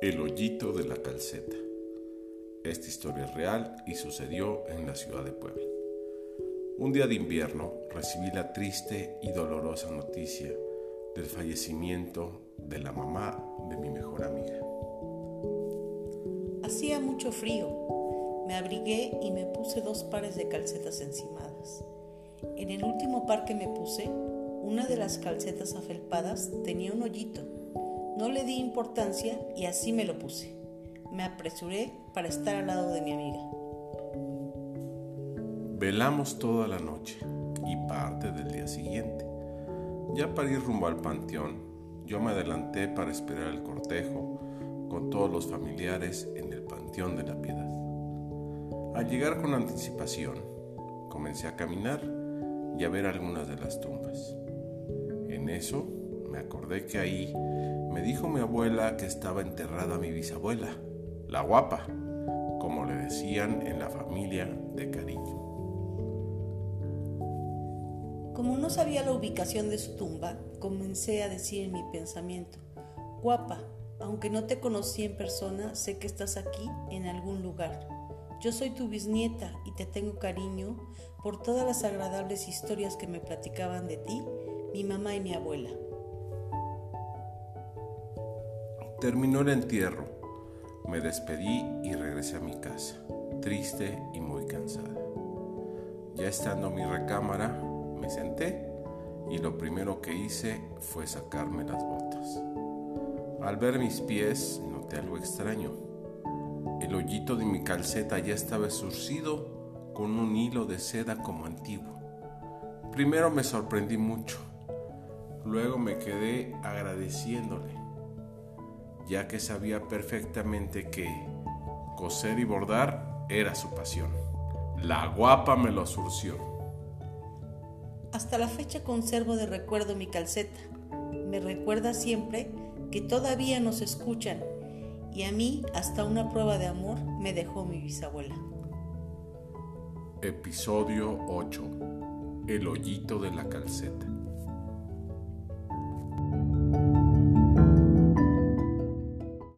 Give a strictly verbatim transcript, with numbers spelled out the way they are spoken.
El hoyito de la calceta. Esta historia es real y sucedió en la ciudad de Puebla. Un día de invierno recibí la triste y dolorosa noticia del fallecimiento de la mamá de mi mejor amiga. Hacía mucho frío. Me abrigué y me puse dos pares de calcetas encimadas. En el último par que me puse, una de las calcetas afelpadas tenía un hoyito. No le di importancia y así me lo puse. Me apresuré para estar al lado de mi amiga. Velamos toda la noche y parte del día siguiente. Ya para ir rumbo al panteón, yo me adelanté para esperar el cortejo con todos los familiares en el Panteón de la Piedad. Al llegar con anticipación, comencé a caminar y a ver algunas de las tumbas. En eso me acordé que ahí me dijo mi abuela que estaba enterrada mi bisabuela, la guapa, como le decían en la familia de cariño. Como no sabía la ubicación de su tumba, comencé a decir en mi pensamiento: guapa, aunque no te conocí en persona, sé que estás aquí en algún lugar. Yo soy tu bisnieta y te tengo cariño por todas las agradables historias que me platicaban de ti, mi mamá y mi abuela. Terminó el entierro, me despedí y regresé a mi casa, triste y muy cansada. Ya estando en mi recámara, me senté y lo primero que hice fue sacarme las botas. Al ver mis pies, noté algo extraño. El hoyito de mi calceta ya estaba surcido con un hilo de seda como antiguo. Primero me sorprendí mucho, luego me quedé agradeciéndole, ya que sabía perfectamente que coser y bordar era su pasión. La guapa me lo surció. Hasta la fecha conservo de recuerdo mi calceta. Me recuerda siempre que todavía nos escuchan y a mí hasta una prueba de amor me dejó mi bisabuela. Episodio ocho. El hoyito de la calceta.